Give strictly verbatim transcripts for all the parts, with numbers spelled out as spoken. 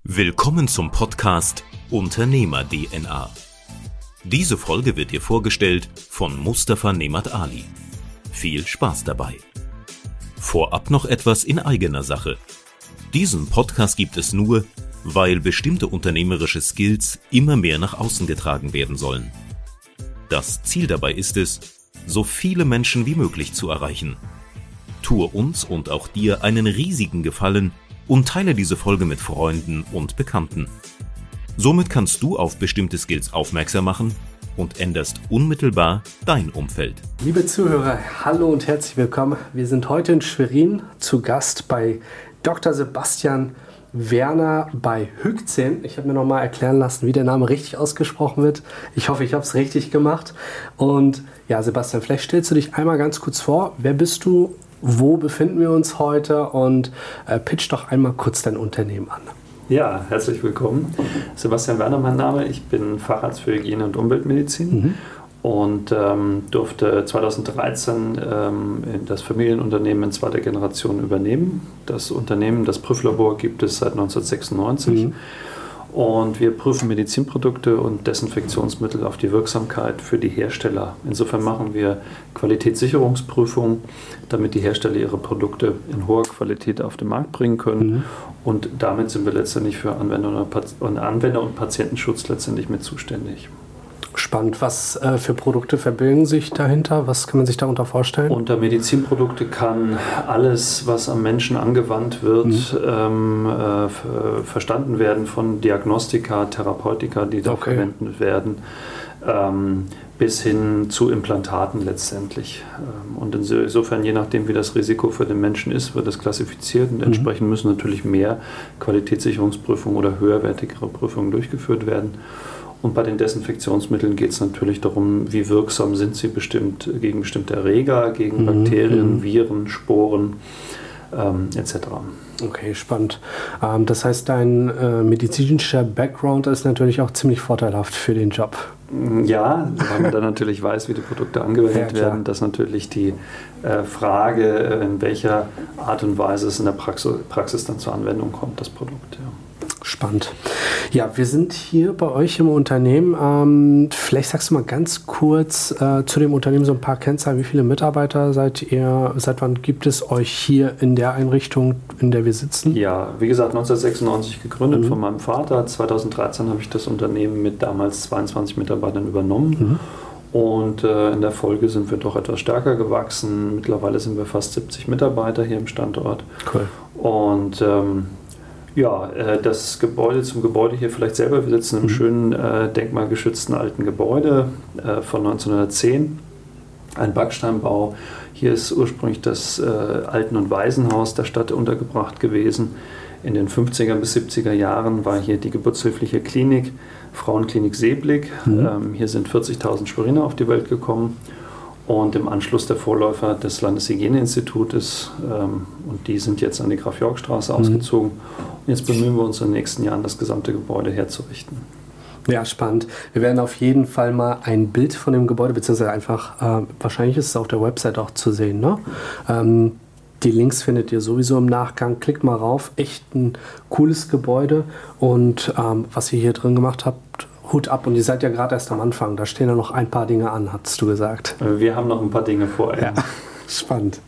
Willkommen zum Podcast Unternehmer-D N A. Diese Folge wird dir vorgestellt von Mustafa Nemat Ali. Viel Spaß dabei. Vorab noch etwas in eigener Sache. Diesen Podcast gibt es nur, weil bestimmte unternehmerische Skills immer mehr nach außen getragen werden sollen. Das Ziel dabei ist es, so viele Menschen wie möglich zu erreichen. Tue uns und auch dir einen riesigen Gefallen und teile diese Folge mit Freunden und Bekannten. Somit kannst du auf bestimmte Skills aufmerksam machen und änderst unmittelbar dein Umfeld. Liebe Zuhörer, hallo und herzlich willkommen. Wir sind heute in Schwerin zu Gast bei Doktor Sebastian Werner bei Hüchzehn. Ich habe mir nochmal erklären lassen, wie der Name richtig ausgesprochen wird. Ich hoffe, ich habe es richtig gemacht. Und ja, Sebastian, vielleicht stellst du dich einmal ganz kurz vor. Wer bist du? Wo befinden wir uns heute? Und äh, pitch doch einmal kurz dein Unternehmen an. Ja, herzlich willkommen. Sebastian Werner, mein Name. Ich bin Facharzt für Hygiene und Umweltmedizin mhm. und ähm, durfte zweitausenddreizehn ähm, das Familienunternehmen in zweiter Generation übernehmen. Das Unternehmen, das Prüflabor, gibt es seit neunzehnhundertsechsundneunzig. Mhm. Und wir prüfen Medizinprodukte und Desinfektionsmittel auf die Wirksamkeit für die Hersteller. Insofern machen wir Qualitätssicherungsprüfungen, damit die Hersteller ihre Produkte in hoher Qualität auf den Markt bringen können. Mhm. Und damit sind wir letztendlich für Anwender und, Anwender und Patientenschutz letztendlich mit zuständig. Spannend. Was äh, für Produkte verbergen sich dahinter? Was kann man sich darunter vorstellen? Unter Medizinprodukte kann alles, was am Menschen angewandt wird, mhm. ähm, äh, f- verstanden werden von Diagnostika, Therapeutika, die da okay. verwendet werden, ähm, bis hin zu Implantaten letztendlich. Und insofern, je nachdem, wie das Risiko für den Menschen ist, wird es klassifiziert und mhm. entsprechend müssen natürlich mehr Qualitätssicherungsprüfungen oder höherwertigere Prüfungen durchgeführt werden. Und bei den Desinfektionsmitteln geht es natürlich darum, wie wirksam sind sie bestimmt gegen bestimmte Erreger, gegen mhm. Bakterien, Viren, Sporen ähm, et cetera. Okay, spannend. Ähm, das heißt, dein äh, medizinischer Background ist natürlich auch ziemlich vorteilhaft für den Job. Ja, weil man dann natürlich weiß, wie die Produkte angewendet ja, werden, dass natürlich die äh, Frage, in welcher Art und Weise es in der Praxis, Praxis dann zur Anwendung kommt, das Produkt. Ja. Spannend. Ja, wir sind hier bei euch im Unternehmen. Ähm, vielleicht sagst du mal ganz kurz äh, zu dem Unternehmen so ein paar Kennzahlen. Wie viele Mitarbeiter seid ihr? Seit wann gibt es euch hier in der Einrichtung, in der wir sitzen? Ja, wie gesagt, neunzehnhundertsechsundneunzig gegründet mhm. von meinem Vater. zweitausenddreizehn habe ich das Unternehmen mit damals zweiundzwanzig Mitarbeitern übernommen. Mhm. Und äh, in der Folge sind wir doch etwas stärker gewachsen. Mittlerweile sind wir fast siebzig Mitarbeiter hier im Standort. Cool. Und ähm, ja, das Gebäude zum Gebäude hier vielleicht selber. Wir sitzen im mhm. schönen, äh, denkmalgeschützten alten Gebäude äh, von neunzehnhundertzehn. Ein Backsteinbau. Hier ist ursprünglich das äh, Alten- und Waisenhaus der Stadt untergebracht gewesen. In den fünfziger bis siebziger Jahren war hier die geburtshilfliche Klinik, Frauenklinik Seeblick. Mhm. Ähm, hier sind vierzigtausend Schweriner auf die Welt gekommen. Und im Anschluss der Vorläufer des Landeshygieneinstitutes, ähm, und die sind jetzt an die Graf-Yorck-Straße mhm. ausgezogen. Und jetzt bemühen wir uns in den nächsten Jahren, das gesamte Gebäude herzurichten. Ja, spannend. Wir werden auf jeden Fall mal ein Bild von dem Gebäude, beziehungsweise einfach, äh, wahrscheinlich ist es auf der Website auch zu sehen, ne? Ähm, die Links findet ihr sowieso im Nachgang. Klickt mal rauf. Echt ein cooles Gebäude. Und ähm, was ihr hier drin gemacht habt, Hut ab. Und ihr seid ja gerade erst am Anfang. Da stehen ja noch ein paar Dinge an, hattest du gesagt. Wir haben noch ein paar Dinge vor. Ja, spannend.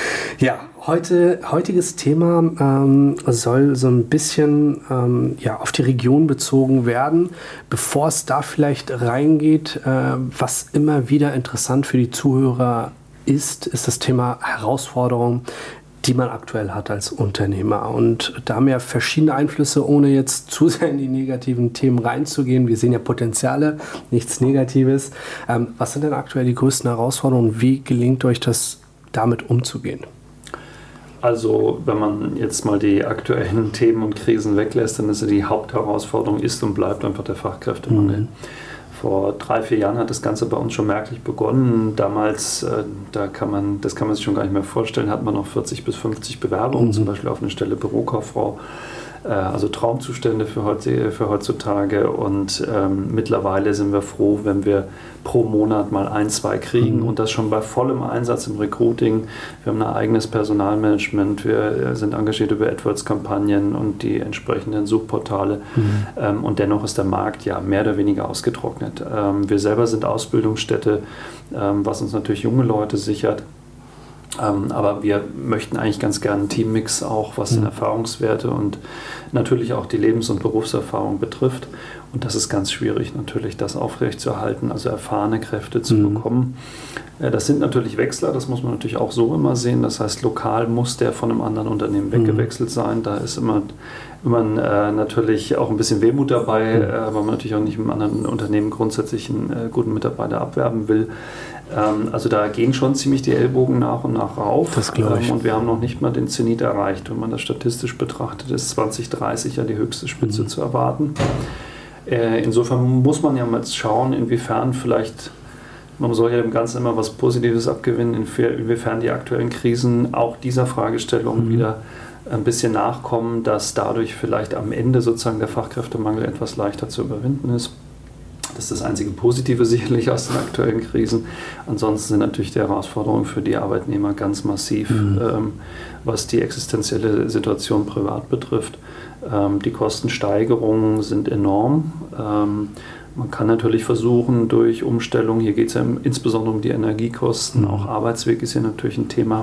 Ja, heute, heutiges Thema ähm, soll so ein bisschen ähm, ja, auf die Region bezogen werden. Bevor es da vielleicht reingeht, äh, was immer wieder interessant für die Zuhörer ist, ist das Thema Herausforderung, die man aktuell hat als Unternehmer. Und da haben wir verschiedene Einflüsse, ohne jetzt zu sehr in die negativen Themen reinzugehen. Wir sehen ja Potenziale, nichts Negatives. Ähm, was sind denn aktuell die größten Herausforderungen? Wie gelingt euch das, damit umzugehen? Also wenn man jetzt mal die aktuellen Themen und Krisen weglässt, dann ist ja die Hauptherausforderung ist und bleibt einfach der Fachkräftemangel. Mhm. Vor drei, vier Jahren hat das Ganze bei uns schon merklich begonnen. Damals, äh, da kann man, das kann man sich schon gar nicht mehr vorstellen, hat man noch vierzig bis fünfzig Bewerbungen, mhm. zum Beispiel auf eine Stelle Bürokauffrau. Also Traumzustände für, heute, für heutzutage und ähm, mittlerweile sind wir froh, wenn wir pro Monat mal ein, zwei kriegen mhm. und das schon bei vollem Einsatz im Recruiting. Wir haben ein eigenes Personalmanagement, wir sind engagiert über AdWords-Kampagnen und die entsprechenden Suchportale mhm. ähm, und dennoch ist der Markt ja mehr oder weniger ausgetrocknet. Ähm, wir selber sind Ausbildungsstätte, ähm, was uns natürlich junge Leute sichert. Ähm, aber wir möchten eigentlich ganz gerne einen Teammix auch, was mhm. den Erfahrungswerte und natürlich auch die Lebens- und Berufserfahrung betrifft. Und das ist ganz schwierig natürlich, das aufrechtzuerhalten, also erfahrene Kräfte zu mhm. bekommen. Äh, das sind natürlich Wechsler, das muss man natürlich auch so immer sehen. Das heißt, lokal muss der von einem anderen Unternehmen weggewechselt sein. Da ist immer, immer äh, natürlich auch ein bisschen Wehmut dabei, mhm. äh, weil man natürlich auch nicht im anderen Unternehmen grundsätzlich einen äh, guten Mitarbeiter abwerben will. Also da gehen schon ziemlich die Ellbogen nach und nach rauf. Das glaube ich. Und wir haben noch nicht mal den Zenit erreicht. Wenn man das statistisch betrachtet, ist zwanzig dreißig ja die höchste Spitze mhm. zu erwarten. Insofern muss man ja mal schauen, inwiefern vielleicht, man soll ja dem Ganzen immer was Positives abgewinnen, inwiefern die aktuellen Krisen auch dieser Fragestellung mhm. wieder ein bisschen nachkommen, dass dadurch vielleicht am Ende sozusagen der Fachkräftemangel etwas leichter zu überwinden ist. Das ist das einzige Positive sicherlich aus den aktuellen Krisen. Ansonsten sind natürlich die Herausforderungen für die Arbeitnehmer ganz massiv, mhm. ähm, was die existenzielle Situation privat betrifft. Ähm, die Kostensteigerungen sind enorm. Ähm, man kann natürlich versuchen durch Umstellung, hier geht es ja insbesondere um die Energiekosten, mhm. auch Arbeitsweg ist hier natürlich ein Thema,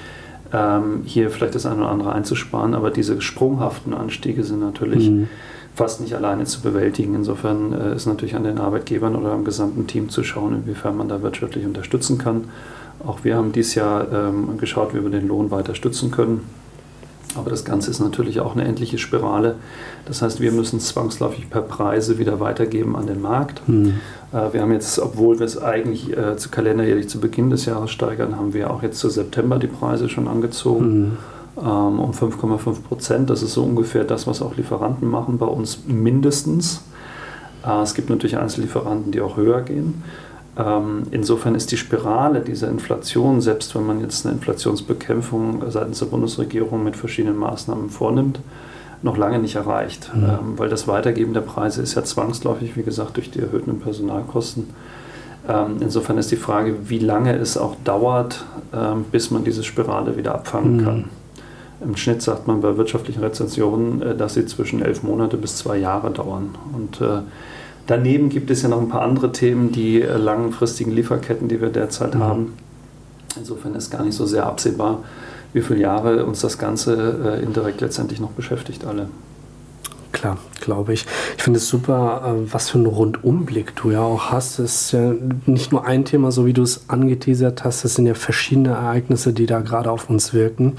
ähm, hier vielleicht das eine oder andere einzusparen, aber diese sprunghaften Anstiege sind natürlich mhm. fast nicht alleine zu bewältigen. Insofern äh, ist natürlich an den Arbeitgebern oder am gesamten Team zu schauen, inwiefern man da wirtschaftlich unterstützen kann. Auch wir haben dieses Jahr ähm, geschaut, wie wir den Lohn weiter stützen können. Aber das Ganze ist natürlich auch eine endliche Spirale. Das heißt, wir müssen zwangsläufig per Preise wieder weitergeben an den Markt. Mhm. Äh, wir haben jetzt, obwohl wir es eigentlich äh, zu kalenderjährlich zu Beginn des Jahres steigern, haben wir auch jetzt zu September die Preise schon angezogen. Mhm. um fünf Komma fünf Prozent. Das ist so ungefähr das, was auch Lieferanten machen, bei uns mindestens. Es gibt natürlich Einzellieferanten, die auch höher gehen. Insofern ist die Spirale dieser Inflation, selbst wenn man jetzt eine Inflationsbekämpfung seitens der Bundesregierung mit verschiedenen Maßnahmen vornimmt, noch lange nicht erreicht. Mhm. Weil das Weitergeben der Preise ist ja zwangsläufig, wie gesagt, durch die erhöhten Personalkosten. Insofern ist die Frage, wie lange es auch dauert, bis man diese Spirale wieder abfangen mhm. kann. Im Schnitt sagt man bei wirtschaftlichen Rezessionen, dass sie zwischen elf Monate bis zwei Jahre dauern. Und äh, daneben gibt es ja noch ein paar andere Themen, die äh, langfristigen Lieferketten, die wir derzeit mhm. haben. Insofern ist gar nicht so sehr absehbar, wie viele Jahre uns das Ganze äh, indirekt letztendlich noch beschäftigt alle. Klar, glaube ich. Ich finde es super, was für einen Rundumblick du ja auch hast. Es ist ja nicht nur ein Thema, so wie du es angeteasert hast, es sind ja verschiedene Ereignisse, die da gerade auf uns wirken.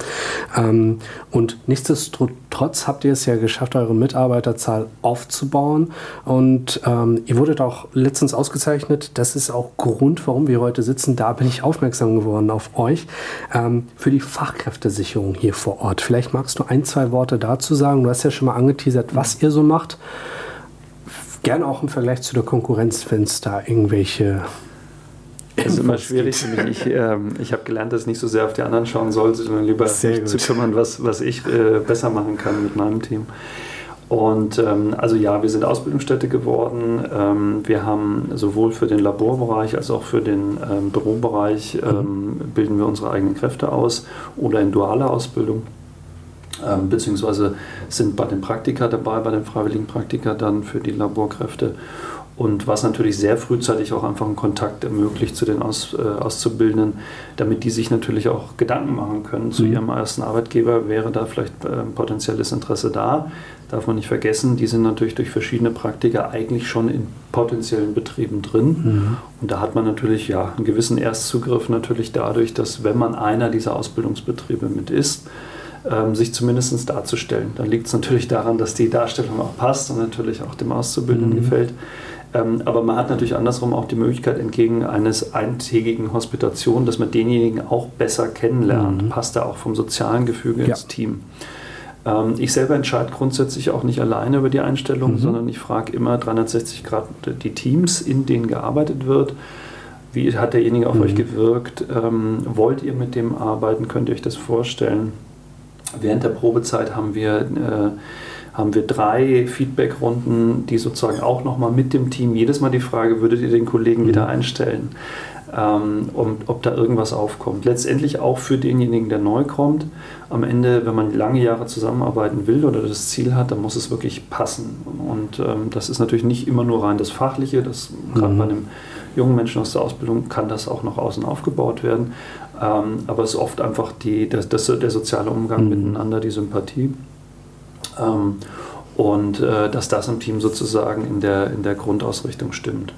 Und nichtsdestotrotz habt ihr es ja geschafft, eure Mitarbeiterzahl aufzubauen. Und ihr wurdet auch letztens ausgezeichnet. Das ist auch Grund, warum wir heute sitzen. Da bin ich aufmerksam geworden auf euch, für die Fachkräftesicherung hier vor Ort. Vielleicht magst du ein, zwei Worte dazu sagen. Du hast ja schon mal angeteasert, was ihr so macht. Gerne auch im Vergleich zu der Konkurrenz, wenn es da irgendwelche... Es ist immer schwierig für mich. Ich, ähm, ich habe gelernt, dass ich nicht so sehr auf die anderen schauen sollte, sondern lieber mich zu kümmern, was, was ich äh, besser machen kann mit meinem Team. Und ähm, also ja, wir sind Ausbildungsstätte geworden. Ähm, wir haben sowohl für den Laborbereich als auch für den ähm, Bürobereich ähm, mhm. bilden wir unsere eigenen Kräfte aus oder in dualer Ausbildung. Ähm, beziehungsweise sind bei den Praktika dabei, bei den freiwilligen Praktika dann für die Laborkräfte. Und was natürlich sehr frühzeitig auch einfach einen Kontakt ermöglicht zu den Aus, äh, Auszubildenden, damit die sich natürlich auch Gedanken machen können zu mhm. ihrem ersten Arbeitgeber, wäre da vielleicht äh, potenzielles Interesse da. Darf man nicht vergessen, die sind natürlich durch verschiedene Praktika eigentlich schon in potenziellen Betrieben drin. Mhm. Und da hat man natürlich ja einen gewissen Erstzugriff natürlich dadurch, dass wenn man einer dieser Ausbildungsbetriebe mit ist, sich zumindest darzustellen. Dann liegt es natürlich daran, dass die Darstellung auch passt und natürlich auch dem Auszubildenden mhm. gefällt. Aber man hat natürlich andersrum auch die Möglichkeit, entgegen eines eintägigen Hospitation, dass man denjenigen auch besser kennenlernt. Mhm. Passt er auch vom sozialen Gefüge ja. ins Team. Ich selber entscheide grundsätzlich auch nicht alleine über die Einstellung, mhm. sondern ich frage immer dreihundertsechzig Grad die Teams, in denen gearbeitet wird. Wie hat derjenige auf mhm. euch gewirkt? Wollt ihr mit dem arbeiten? Könnt ihr euch das vorstellen? Während der Probezeit haben wir, äh, haben wir drei Feedbackrunden, die sozusagen auch nochmal mit dem Team jedes Mal die Frage, würdet ihr den Kollegen mhm. wieder einstellen, ähm, um, ob da irgendwas aufkommt. Letztendlich auch für denjenigen, der neu kommt. Am Ende, wenn man lange Jahre zusammenarbeiten will oder das Ziel hat, dann muss es wirklich passen. Und ähm, das ist natürlich nicht immer nur rein das Fachliche, das mhm. gerade bei einem jungen Menschen aus der Ausbildung kann das auch noch außen aufgebaut werden. Ähm, aber es ist oft einfach die, das, das, der soziale Umgang mhm. miteinander, die Sympathie. Ähm, und äh, dass das im Team sozusagen in der, in der Grundausrichtung stimmt.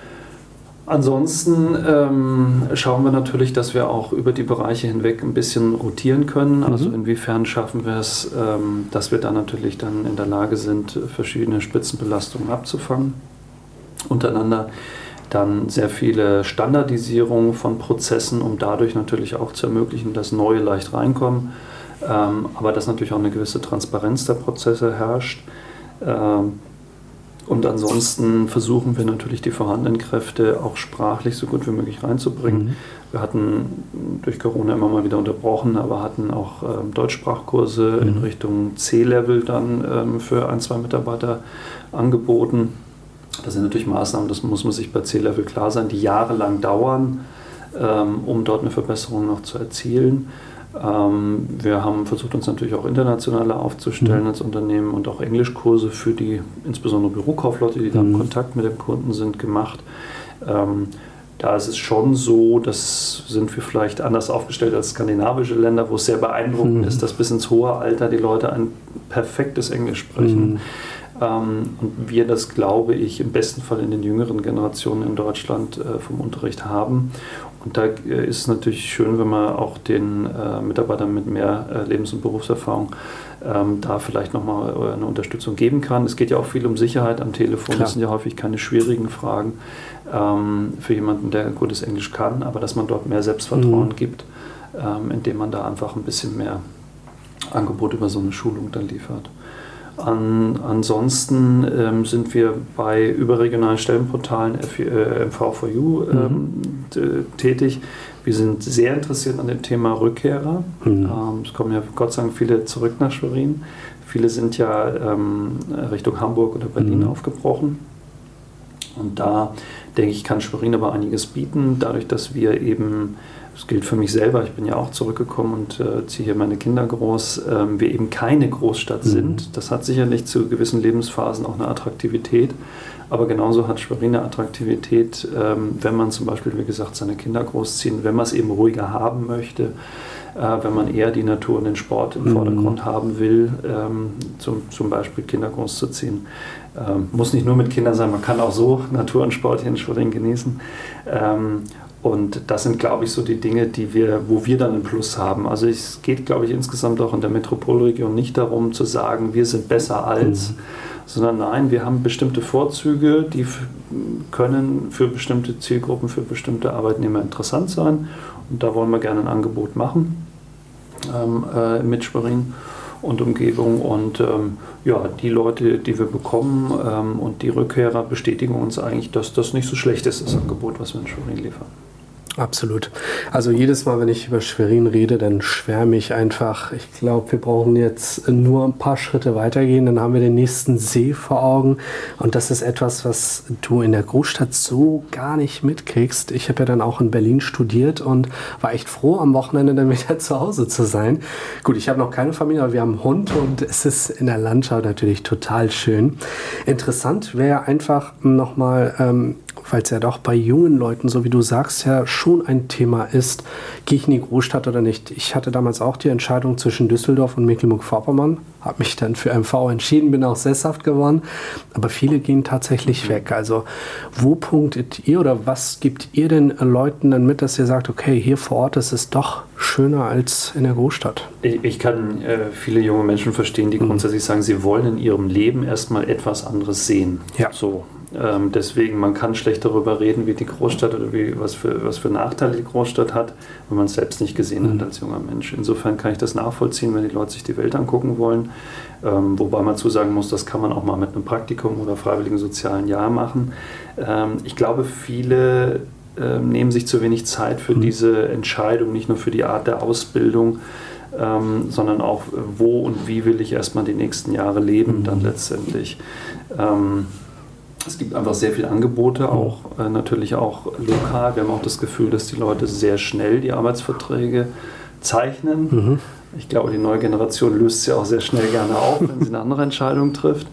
Ansonsten ähm, schauen wir natürlich, dass wir auch über die Bereiche hinweg ein bisschen rotieren können. Mhm. Also inwiefern schaffen wir es, ähm, dass wir dann natürlich dann in der Lage sind, verschiedene Spitzenbelastungen abzufangen untereinander. Dann sehr viele Standardisierung von Prozessen, um dadurch natürlich auch zu ermöglichen, dass neue leicht reinkommen. Ähm, aber dass natürlich auch eine gewisse Transparenz der Prozesse herrscht. Ähm, und ansonsten versuchen wir natürlich die vorhandenen Kräfte auch sprachlich so gut wie möglich reinzubringen. Mhm. Wir hatten durch Corona immer mal wieder unterbrochen, aber hatten auch ähm, Deutschsprachkurse mhm. in Richtung C-Level dann ähm, für ein, zwei Mitarbeiter angeboten. Das sind natürlich Maßnahmen, das muss man sich bei C-Level klar sein, die jahrelang dauern, ähm, um dort eine Verbesserung noch zu erzielen. Ähm, wir haben versucht, uns natürlich auch internationaler aufzustellen mhm. als Unternehmen und auch Englischkurse für die, insbesondere Bürokaufleute, die mhm. da im Kontakt mit dem Kunden sind, gemacht. Ähm, da ist es schon so, das sind wir vielleicht anders aufgestellt als skandinavische Länder, wo es sehr beeindruckend mhm. ist, dass bis ins hohe Alter die Leute ein perfektes Englisch sprechen. Mhm. Ähm, und wir das, glaube ich, im besten Fall in den jüngeren Generationen in Deutschland äh, vom Unterricht haben. Und da äh, ist es natürlich schön, wenn man auch den äh, Mitarbeitern mit mehr äh, Lebens- und Berufserfahrung ähm, da vielleicht nochmal eine Unterstützung geben kann. Es geht ja auch viel um Sicherheit am Telefon. Klar. Das sind ja häufig keine schwierigen Fragen ähm, für jemanden, der gutes Englisch kann, aber dass man dort mehr Selbstvertrauen mhm. gibt, ähm, indem man da einfach ein bisschen mehr Angebot über so eine Schulung dann liefert. An, ansonsten ähm, sind wir bei überregionalen Stellenportalen äh, M V vier U ähm, mhm. tätig. Wir sind sehr interessiert an dem Thema Rückkehrer. Mhm. Ähm, es kommen ja Gott sei Dank viele zurück nach Schwerin. Viele sind ja ähm, Richtung Hamburg oder Berlin mhm. aufgebrochen. Und da, denke ich, kann Schwerin aber einiges bieten, dadurch, dass wir eben, das gilt für mich selber, ich bin ja auch zurückgekommen und äh, ziehe hier meine Kinder groß, ähm, wir eben keine Großstadt mhm. sind. Das hat sicherlich zu gewissen Lebensphasen auch eine Attraktivität, aber genauso hat Schwerin eine Attraktivität, ähm, wenn man zum Beispiel, wie gesagt, seine Kinder großziehen, wenn man es eben ruhiger haben möchte, äh, wenn man eher die Natur und den Sport im mhm. Vordergrund haben will, ähm, zum, zum Beispiel Kinder großzuziehen. Ähm, muss nicht nur mit Kindern sein, man kann auch so Natur und Sport hier in Schwerin genießen. Ähm, Und das sind, glaube ich, so die Dinge, die wir, wo wir dann einen Plus haben. Also es geht, glaube ich, insgesamt auch in der Metropolregion nicht darum zu sagen, wir sind besser als, mhm. sondern nein, wir haben bestimmte Vorzüge, die f- können für bestimmte Zielgruppen, für bestimmte Arbeitnehmer interessant sein. Und da wollen wir gerne ein Angebot machen ähm, äh, mit Schwerin und Umgebung. Und ähm, ja, die Leute, die wir bekommen ähm, und die Rückkehrer bestätigen uns eigentlich, dass das nicht so schlecht ist, das Angebot, was wir in Schwerin liefern. Absolut. Also jedes Mal, wenn ich über Schwerin rede, dann schwärme ich einfach. Ich glaube, wir brauchen jetzt nur ein paar Schritte weitergehen, dann haben wir den nächsten See vor Augen. Und das ist etwas, was du in der Großstadt so gar nicht mitkriegst. Ich habe ja dann auch in Berlin studiert und war echt froh, am Wochenende dann wieder zu Hause zu sein. Gut, ich habe noch keine Familie, aber wir haben einen Hund und es ist in der Landschaft natürlich total schön. Interessant wäre einfach nochmal, ähm, weil es ja doch bei jungen Leuten, so wie du sagst, ja schon ein Thema ist, gehe ich in die Großstadt oder nicht. Ich hatte damals auch die Entscheidung zwischen Düsseldorf und Mecklenburg-Vorpommern, habe mich dann für M V entschieden, bin auch sesshaft geworden, aber viele gehen tatsächlich weg. Also wo punktet ihr oder was gibt ihr den Leuten dann mit, dass ihr sagt, okay, hier vor Ort ist es doch schöner als in der Großstadt? Ich, ich kann äh, viele junge Menschen verstehen, die mhm. grundsätzlich sagen, sie wollen in ihrem Leben erstmal etwas anderes sehen. Ja. So. Ähm, deswegen, man kann schlecht darüber reden, wie die Großstadt oder wie, was, für, was für Nachteile die Großstadt hat, wenn man es selbst nicht gesehen mhm. hat als junger Mensch. Insofern kann ich das nachvollziehen, wenn die Leute sich die Welt angucken wollen. Ähm, wobei man zusagen muss, das kann man auch mal mit einem Praktikum oder freiwilligen sozialen Jahr machen. Ähm, ich glaube, viele ähm, nehmen sich zu wenig Zeit für mhm. diese Entscheidung, nicht nur für die Art der Ausbildung, ähm, sondern auch, wo und wie will ich erstmal die nächsten Jahre leben, mhm. dann letztendlich. Ähm, es gibt einfach sehr viele Angebote, auch äh, natürlich auch lokal. Wir haben auch das Gefühl, dass die Leute sehr schnell die Arbeitsverträge zeichnen. Mhm. Ich glaube, die neue Generation löst sie auch sehr schnell gerne auf, wenn sie eine andere Entscheidung trifft.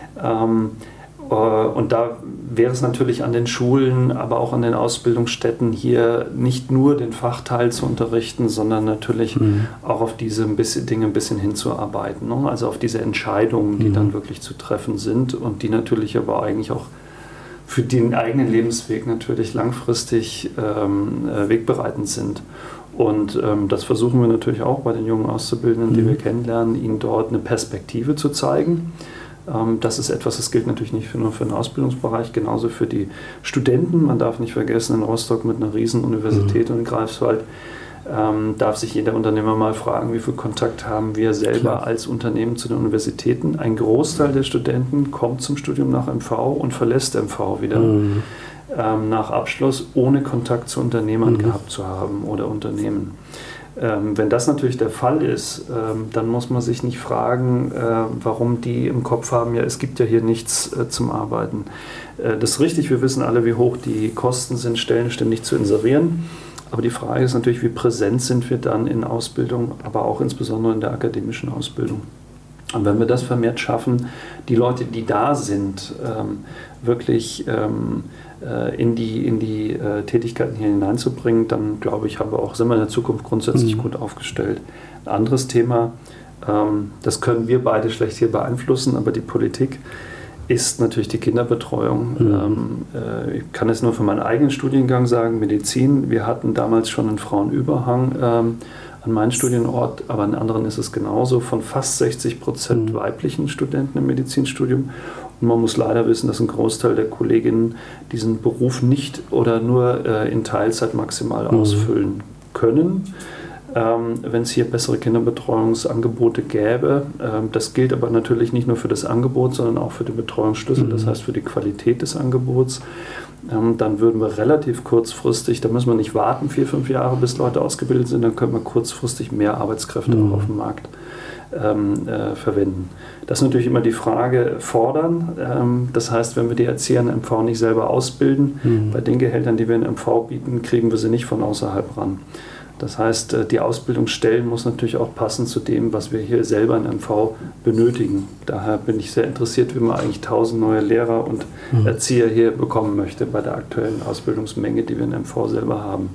Ähm, äh, und da wäre es natürlich an den Schulen, aber auch an den Ausbildungsstätten hier nicht nur den Fachteil zu unterrichten, sondern natürlich mhm. auch auf diese ein bisschen, Dinge ein bisschen hinzuarbeiten. Ne? Also auf diese Entscheidungen, die mhm. dann wirklich zu treffen sind und die natürlich aber eigentlich auch für den eigenen Lebensweg natürlich langfristig ähm, äh, wegbereitend sind. Und ähm, das versuchen wir natürlich auch bei den jungen Auszubildenden, die mhm. wir kennenlernen, ihnen dort eine Perspektive zu zeigen. Ähm, das ist etwas, das gilt natürlich nicht für, nur für den Ausbildungsbereich, genauso für die Studenten. Man darf nicht vergessen, in Rostock mit einer Riesenuniversität mhm. und in Greifswald ähm, darf sich jeder Unternehmer mal fragen, wie viel Kontakt haben wir selber Klar. als Unternehmen zu den Universitäten. Ein Großteil der Studenten kommt zum Studium nach M V und verlässt M V wieder. Mhm. nach Abschluss, ohne Kontakt zu Unternehmern mhm. gehabt zu haben oder Unternehmen. Ähm, wenn das natürlich der Fall ist, ähm, dann muss man sich nicht fragen, äh, warum die im Kopf haben, ja, es gibt ja hier nichts äh, zum Arbeiten. Äh, das ist richtig, wir wissen alle, wie hoch die Kosten sind, Stellen ständig zu inserieren. Aber die Frage ist natürlich, wie präsent sind wir dann in Ausbildung, aber auch insbesondere in der akademischen Ausbildung. Und wenn wir das vermehrt schaffen, die Leute, die da sind, ähm, wirklich ähm, äh, in die, in die äh, Tätigkeiten hier hineinzubringen, dann glaube ich, haben wir auch, sind wir in der Zukunft grundsätzlich mhm. gut aufgestellt. Ein anderes Thema, ähm, das können wir beide schlecht hier beeinflussen, aber die Politik ist natürlich die Kinderbetreuung. Mhm. Ähm, äh, ich kann es nur für meinen eigenen Studiengang sagen, Medizin. Wir hatten damals schon einen Frauenüberhang ähm, an meinem Studienort, aber an anderen ist es genauso, von fast sechzig Prozent mhm. weiblichen Studenten im Medizinstudium. Und man muss leider wissen, dass ein Großteil der Kolleginnen diesen Beruf nicht oder nur äh, in Teilzeit maximal mhm. ausfüllen können. Ähm, wenn es hier bessere Kinderbetreuungsangebote gäbe. Ähm, das gilt aber natürlich nicht nur für das Angebot, sondern auch für den Betreuungsschlüssel, mhm. das heißt für die Qualität des Angebots. Ähm, dann würden wir relativ kurzfristig, da müssen wir nicht warten, vier, fünf Jahre, bis Leute ausgebildet sind, dann können wir kurzfristig mehr Arbeitskräfte mhm. auch auf dem Markt ähm, äh, verwenden. Das ist natürlich immer die Frage, fordern. Ähm, das heißt, wenn wir die Erzieher in M V nicht selber ausbilden, mhm. bei den Gehältern, die wir in M V bieten, kriegen wir sie nicht von außerhalb ran. Das heißt, die Ausbildungsstellen muss natürlich auch passen zu dem, was wir hier selber in M V benötigen. Daher bin ich sehr interessiert, wie man eigentlich tausend neue Lehrer und mhm. Erzieher hier bekommen möchte bei der aktuellen Ausbildungsmenge, die wir in M V selber haben.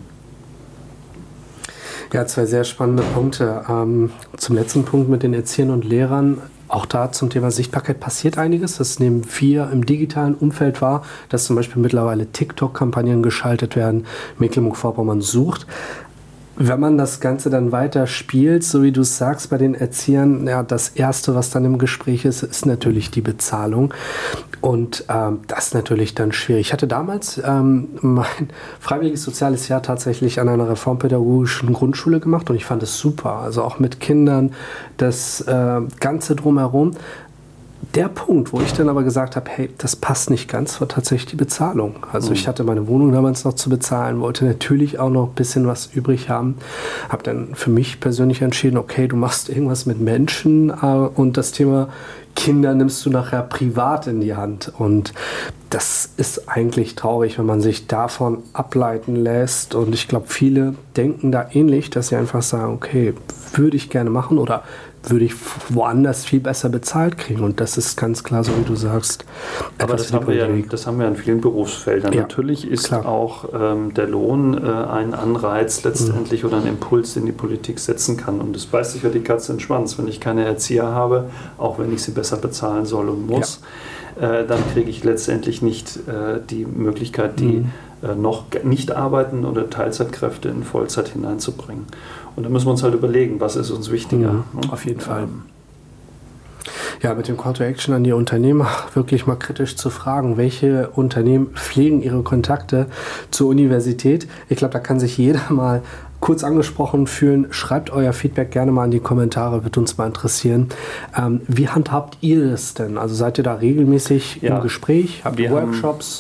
Ja, zwei sehr spannende Punkte. Ähm, zum letzten Punkt mit den Erziehern und Lehrern. Auch da zum Thema Sichtbarkeit passiert einiges. Das nehmen wir im digitalen Umfeld wahr, dass zum Beispiel mittlerweile TikTok-Kampagnen geschaltet werden. Mecklenburg-Vorpommern sucht. Wenn man das Ganze dann weiter spielt, so wie du es sagst bei den Erziehern, ja, das Erste, was dann im Gespräch ist, ist natürlich die Bezahlung. Und ähm, das ist natürlich dann schwierig. Ich hatte damals ähm, mein freiwilliges soziales Jahr tatsächlich an einer reformpädagogischen Grundschule gemacht und ich fand es super. Also auch mit Kindern, das äh, Ganze drumherum. Der Punkt, wo ich dann aber gesagt habe, hey, das passt nicht ganz, war tatsächlich die Bezahlung. Also mhm. ich hatte meine Wohnung damals noch zu bezahlen, wollte natürlich auch noch ein bisschen was übrig haben. Habe dann für mich persönlich entschieden, okay, du machst irgendwas mit Menschen äh, und das Thema Kinder nimmst du nachher privat in die Hand. Und das ist eigentlich traurig, wenn man sich davon ableiten lässt. Und ich glaube, viele denken da ähnlich, dass sie einfach sagen, okay, würde ich gerne machen oder würde ich woanders viel besser bezahlt kriegen. Und das ist ganz klar, so wie du sagst. Aber das haben, wir ja, das haben wir in vielen Berufsfeldern. Ja, Natürlich ist klar. auch ähm, der Lohn äh, ein Anreiz letztendlich mhm. oder ein Impuls, den die Politik setzen kann. Und das beißt sich ja die Katze in den Schwanz. Wenn ich keine Erzieher habe, auch wenn ich sie besser bezahlen soll und muss, ja. äh, dann kriege ich letztendlich nicht äh, die Möglichkeit, die mhm. äh, noch nicht arbeiten oder Teilzeitkräfte in Vollzeit hineinzubringen. Und da müssen wir uns halt überlegen, was ist uns wichtiger. Mhm, auf jeden Fall. Ja, mit dem Call to Action an die Unternehmer wirklich mal kritisch zu fragen, welche Unternehmen pflegen ihre Kontakte zur Universität. Ich glaube, da kann sich jeder mal kurz angesprochen fühlen. Schreibt euer Feedback gerne mal in die Kommentare, wird uns mal interessieren. Ähm, wie handhabt ihr es denn? Also seid ihr da regelmäßig ja. im Gespräch? Habt ihr Workshops? Haben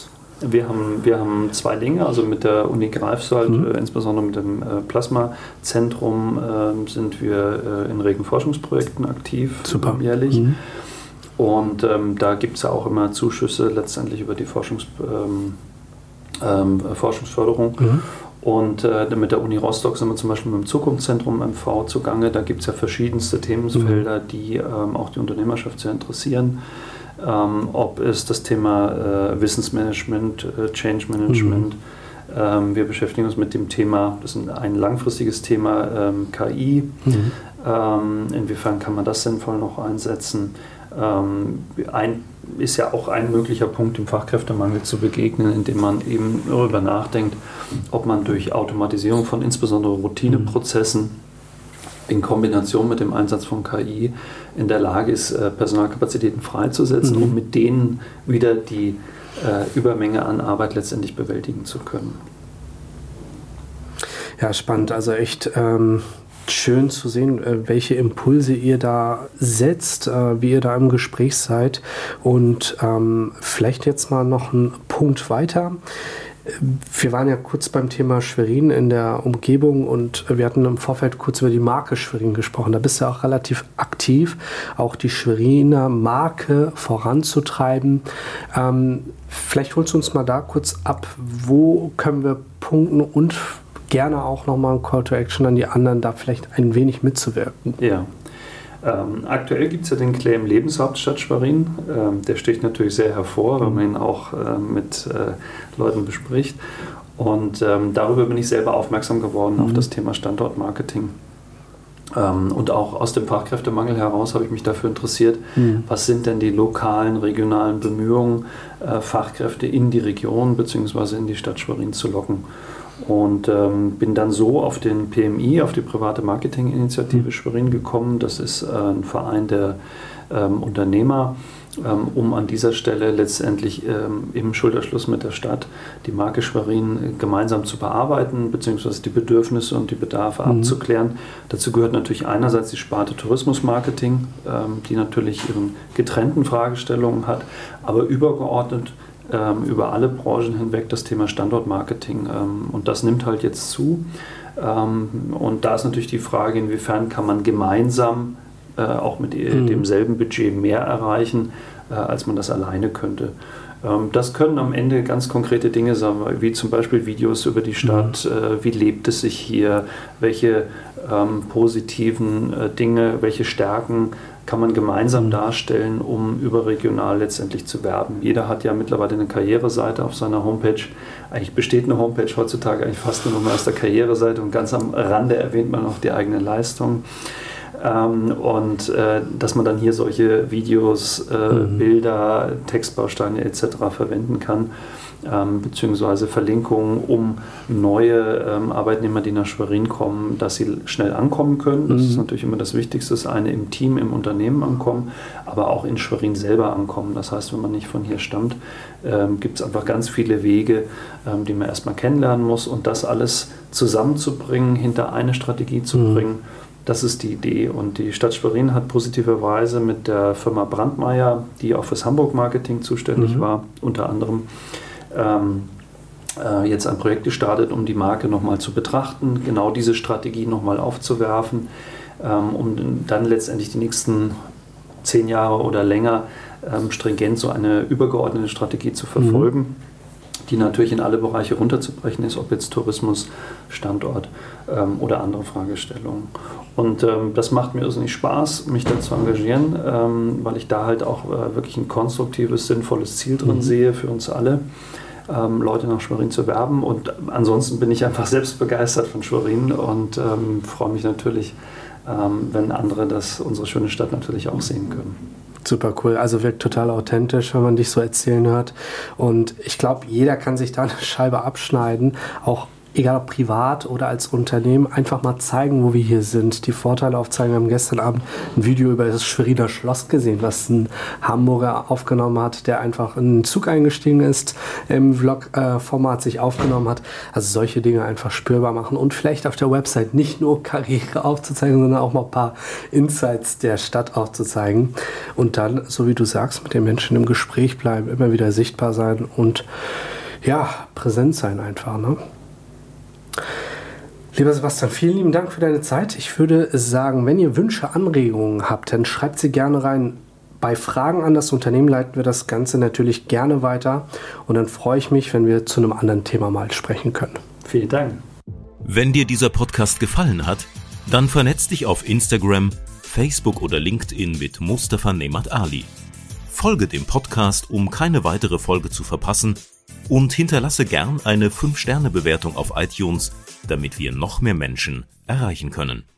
wir haben, wir haben zwei Dinge, also mit der Uni Greifswald, mhm. äh, insbesondere mit dem äh, Plasmazentrum, äh, sind wir äh, in regen Forschungsprojekten aktiv, Super. jährlich. Mhm. Und ähm, da gibt es ja auch immer Zuschüsse letztendlich über die Forschungs, ähm, ähm, Forschungsförderung. Mhm. Und äh, mit der Uni Rostock sind wir zum Beispiel mit dem Zukunftszentrum M V zugange. Da gibt es ja verschiedenste Themenfelder, mhm. die ähm, auch die Unternehmerschaft sehr interessieren. Ähm, ob es das Thema äh, Wissensmanagement, äh, Change Management, mhm. ähm, wir beschäftigen uns mit dem Thema, das ist ein langfristiges Thema, ähm, K I. Mhm. Ähm, inwiefern kann man das sinnvoll noch einsetzen? Ähm, ein, ist ja auch ein möglicher Punkt, dem Fachkräftemangel zu begegnen, indem man eben darüber nachdenkt, ob man durch Automatisierung von insbesondere Routineprozessen in Kombination mit dem Einsatz von K I in der Lage ist, Personalkapazitäten freizusetzen, mhm. um mit denen wieder die äh, Übermenge an Arbeit letztendlich bewältigen zu können. Ja, spannend. Also echt ähm, schön zu sehen, äh, welche Impulse ihr da setzt, äh, wie ihr da im Gespräch seid. Und ähm, vielleicht jetzt mal noch einen Punkt weiter. Wir waren ja kurz beim Thema Schwerin in der Umgebung und wir hatten im Vorfeld kurz über die Marke Schwerin gesprochen. Da bist du auch relativ aktiv, auch die Schweriner Marke voranzutreiben. Ähm, vielleicht holst du uns mal da kurz ab, wo können wir punkten und gerne auch nochmal ein Call to Action an die anderen, da vielleicht ein wenig mitzuwirken. Ja. Ähm, aktuell gibt es ja den Claim Lebenshauptstadt Schwerin. Ähm, der sticht natürlich sehr hervor, wenn man ihn auch äh, mit äh, Leuten bespricht. Und ähm, darüber bin ich selber aufmerksam geworden, mhm. auf das Thema Standortmarketing. Ähm, und auch aus dem Fachkräftemangel heraus habe ich mich dafür interessiert, mhm. was sind denn die lokalen, regionalen Bemühungen, äh, Fachkräfte in die Region bzw. in die Stadt Schwerin zu locken. Und ähm, bin dann so auf den P M I, auf die private Marketinginitiative Schwerin gekommen. Das ist äh, ein Verein der ähm, Unternehmer, ähm, um an dieser Stelle letztendlich ähm, im Schulterschluss mit der Stadt die Marke Schwerin gemeinsam zu bearbeiten, beziehungsweise die Bedürfnisse und die Bedarfe mhm. abzuklären. Dazu gehört natürlich einerseits die Sparte Tourismusmarketing, ähm, die natürlich ihren getrennten Fragestellungen hat, aber übergeordnet über alle Branchen hinweg das Thema Standortmarketing. Und das nimmt halt jetzt zu. Und da ist natürlich die Frage, inwiefern kann man gemeinsam auch mit demselben Budget mehr erreichen, als man das alleine könnte. Das können am Ende ganz konkrete Dinge sein, wie zum Beispiel Videos über die Stadt, wie lebt es sich hier, welche positiven Dinge, welche Stärken kann man gemeinsam darstellen, um überregional letztendlich zu werben. Jeder hat ja mittlerweile eine Karriereseite auf seiner Homepage. Eigentlich besteht eine Homepage heutzutage eigentlich fast nur noch aus der Karriereseite und ganz am Rande erwähnt man auch die eigene Leistung. Ähm, und äh, dass man dann hier solche Videos, äh, mhm. Bilder, Textbausteine et cetera verwenden kann, ähm, beziehungsweise Verlinkungen, um neue ähm, Arbeitnehmer, die nach Schwerin kommen, dass sie schnell ankommen können. Das mhm. ist natürlich immer das Wichtigste, das eine im Team, im Unternehmen ankommen, aber auch in Schwerin selber ankommen. Das heißt, wenn man nicht von hier stammt, ähm, gibt es einfach ganz viele Wege, ähm, die man erstmal kennenlernen muss, und das alles zusammenzubringen, hinter eine Strategie zu mhm. bringen. Das ist die Idee, und die Stadt Schwerin hat positiverweise mit der Firma Brandmeier, die auch fürs Hamburg-Marketing zuständig mhm. war, unter anderem ähm, äh, jetzt ein Projekt gestartet, um die Marke nochmal zu betrachten, genau diese Strategie nochmal aufzuwerfen, ähm, um dann letztendlich die nächsten zehn Jahre oder länger ähm, stringent so eine übergeordnete Strategie zu verfolgen. Mhm. die natürlich in alle Bereiche runterzubrechen ist, ob jetzt Tourismus, Standort ähm, oder andere Fragestellungen. Und ähm, das macht mir irrsinnig Spaß, mich da zu engagieren, ähm, weil ich da halt auch äh, wirklich ein konstruktives, sinnvolles Ziel drin mhm. sehe für uns alle, ähm, Leute nach Schwerin zu werben. Und ansonsten bin ich einfach selbst begeistert von Schwerin und ähm, freue mich natürlich, ähm, wenn andere das, unsere schöne Stadt natürlich auch sehen können. Super cool, also wirkt total authentisch, wenn man dich so erzählen hört, und ich glaube, jeder kann sich da eine Scheibe abschneiden, auch egal ob privat oder als Unternehmen, einfach mal zeigen, wo wir hier sind, die Vorteile aufzeigen. Wir haben gestern Abend ein Video über das Schweriner Schloss gesehen, was ein Hamburger aufgenommen hat, der einfach in den Zug eingestiegen ist, im Vlog-Format sich aufgenommen hat. Also solche Dinge einfach spürbar machen und vielleicht auf der Website nicht nur Karriere aufzuzeigen, sondern auch mal ein paar Insights der Stadt aufzuzeigen. Und dann, so wie du sagst, mit den Menschen im Gespräch bleiben, immer wieder sichtbar sein und ja, präsent sein einfach, ne? Lieber Sebastian, vielen lieben Dank für deine Zeit. Ich würde sagen, wenn ihr Wünsche, Anregungen habt, dann schreibt sie gerne rein. Bei Fragen an das Unternehmen leiten wir das Ganze natürlich gerne weiter. Und dann freue ich mich, wenn wir zu einem anderen Thema mal sprechen können. Vielen Dank. Wenn dir dieser Podcast gefallen hat, dann vernetz dich auf Instagram, Facebook oder LinkedIn mit Mustafa Nemat Ali. Folge dem Podcast, um keine weitere Folge zu verpassen, und hinterlasse gern eine fünf Sterne Bewertung auf iTunes, damit wir noch mehr Menschen erreichen können.